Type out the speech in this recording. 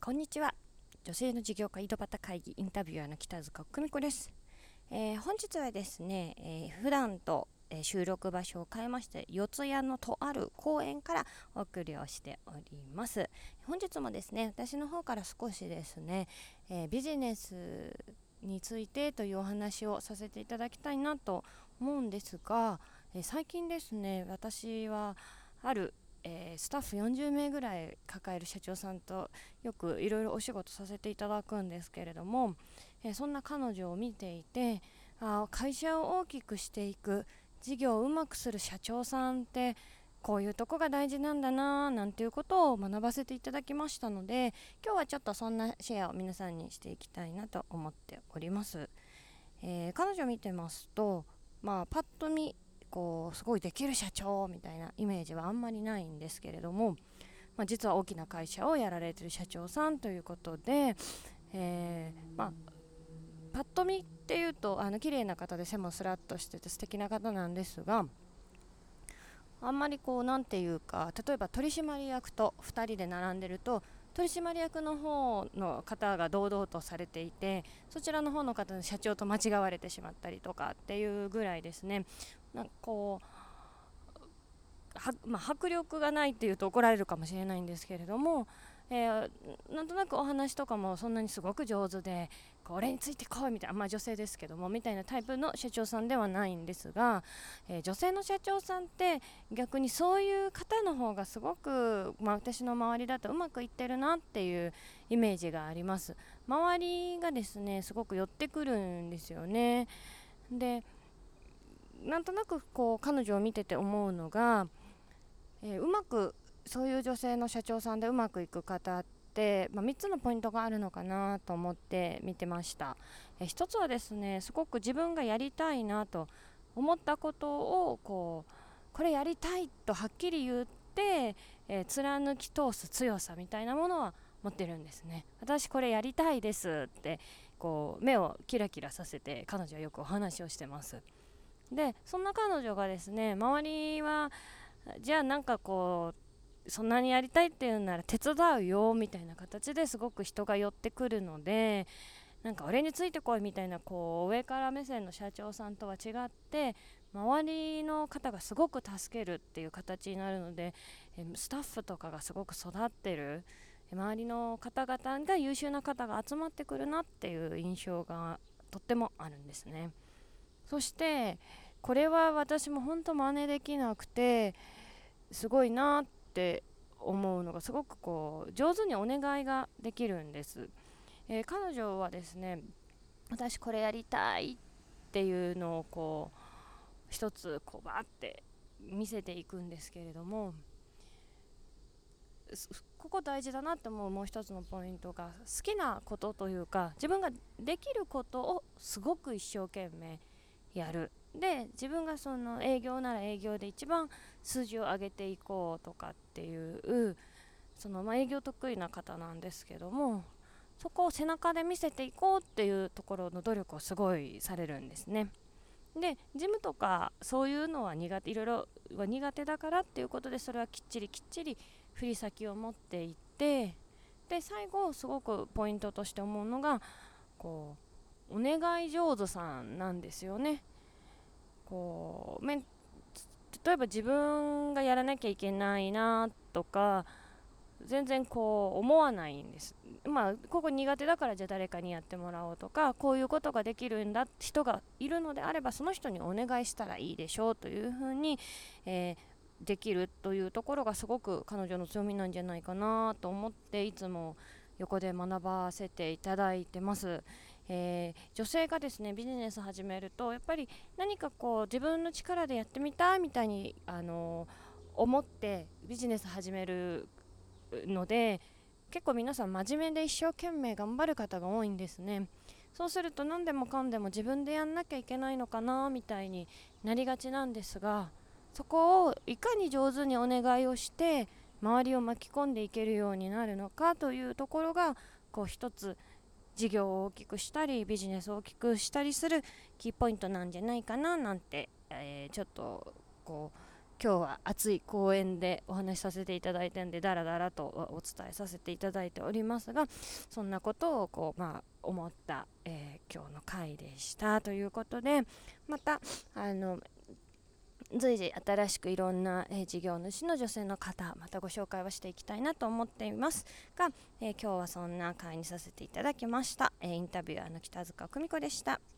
こんにちは。女性の事業家井戸端会議インタビュアーの北塚久美子です。本日はですね、普段と収録場所を変えまして四谷のとある公園からお送りをしております。本日もですね、私の方から少しですね、ビジネスについてというお話をさせていただきたいなと思うんですが、最近ですね、私はあるスタッフ40名ぐらい抱える社長さんとよくいろいろお仕事させていただくんですけれども、そんな彼女を見ていて、会社を大きくしていく、事業をうまくする社長さんってこういうとこが大事なんだななんていうことを学ばせていただきましたので、今日はちょっとそんなシェアを皆さんにしていきたいなと思っております。彼女を見てますと、パッと見こうすごいできる社長みたいなイメージはあんまりないんですけれども、実は大きな会社をやられている社長さんということで、パッと見っていうと綺麗な方で背もスラッとしてて素敵な方なんですが、あんまりこうなんていうか、例えば取締役と2人で並んでると取締役の方の方が堂々とされていて、そちらの方の方の社長と間違われてしまったりとかっていうぐらいですね、なんかこう迫力がないっていうと怒られるかもしれないんですけれども、なんとなくお話とかもそんなにすごく上手で、これについてこいみたいな、女性ですけどもみたいなタイプの社長さんではないんですが、女性の社長さんって逆にそういう方の方がすごく、私の周りだとうまくいってるなっていうイメージがあります。周りがですねすごく寄ってくるんですよね。で、なんとなくこう彼女を見てて思うのが、うまくそういう女性の社長さんでうまくいく方って、3つのポイントがあるのかなと思って見てました。一つはですね、すごく自分がやりたいなと思ったことをこれやりたいとはっきり言って、貫き通す強さみたいなものは持ってるんですね。私これやりたいですって目をキラキラさせて彼女はよくお話をしてます。でそんな彼女がですね、周りはじゃあそんなにやりたいっていうなら手伝うよみたいな形ですごく人が寄ってくるので、俺についてこいみたいな上から目線の社長さんとは違って、周りの方がすごく助けるっていう形になるので、スタッフとかがすごく育ってる、周りの方々が優秀な方が集まってくるなっていう印象がとってもあるんですね。そしてこれは私も本当真似できなくてすごいなって思うのが、すごく上手にお願いができるんです。彼女はですね、私これやりたいっていうのを一つバーって見せていくんですけれども、ここ大事だなって思うもう一つのポイントが、好きなことというか自分ができることをすごく一生懸命やる。で自分がその営業なら営業で一番数字を上げていこうとかっていう営業得意な方なんですけども、そこを背中で見せていこうっていうところの努力をすごいされるんですね。で事務とかそういうのはいろいろは苦手だからっていうことで、それはきっちり振り先を持っていって、で最後すごくポイントとして思うのがお願い上手さんなんですよね。例えば自分がやらなきゃいけないなとか全然思わないんです。ここ苦手だからじゃあ誰かにやってもらおうとか、こういうことができるんだ人がいるのであればその人にお願いしたらいいでしょうというふうに、できるというところがすごく彼女の強みなんじゃないかなと思って、いつも横で学ばせていただいてます。女性がですねビジネス始めるとやっぱり何か自分の力でやってみたいみたいに思ってビジネス始めるので、結構皆さん真面目で一生懸命頑張る方が多いんですね。そうすると何でもかんでも自分でやんなきゃいけないのかなみたいになりがちなんですが、そこをいかに上手にお願いをして周りを巻き込んでいけるようになるのかというところが一つ事業を大きくしたりビジネスを大きくしたりするキーポイントなんじゃないかななんて、ちょっと今日は熱い講演でお話しさせていただいたんでだらだらとお伝えさせていただいておりますが、そんなことを思った、今日の回でしたということで、また随時新しくいろんな、事業主の女性の方またご紹介をしていきたいなと思っていますが、今日はそんな回にさせていただきました。インタビュアーの北塚久美子でした。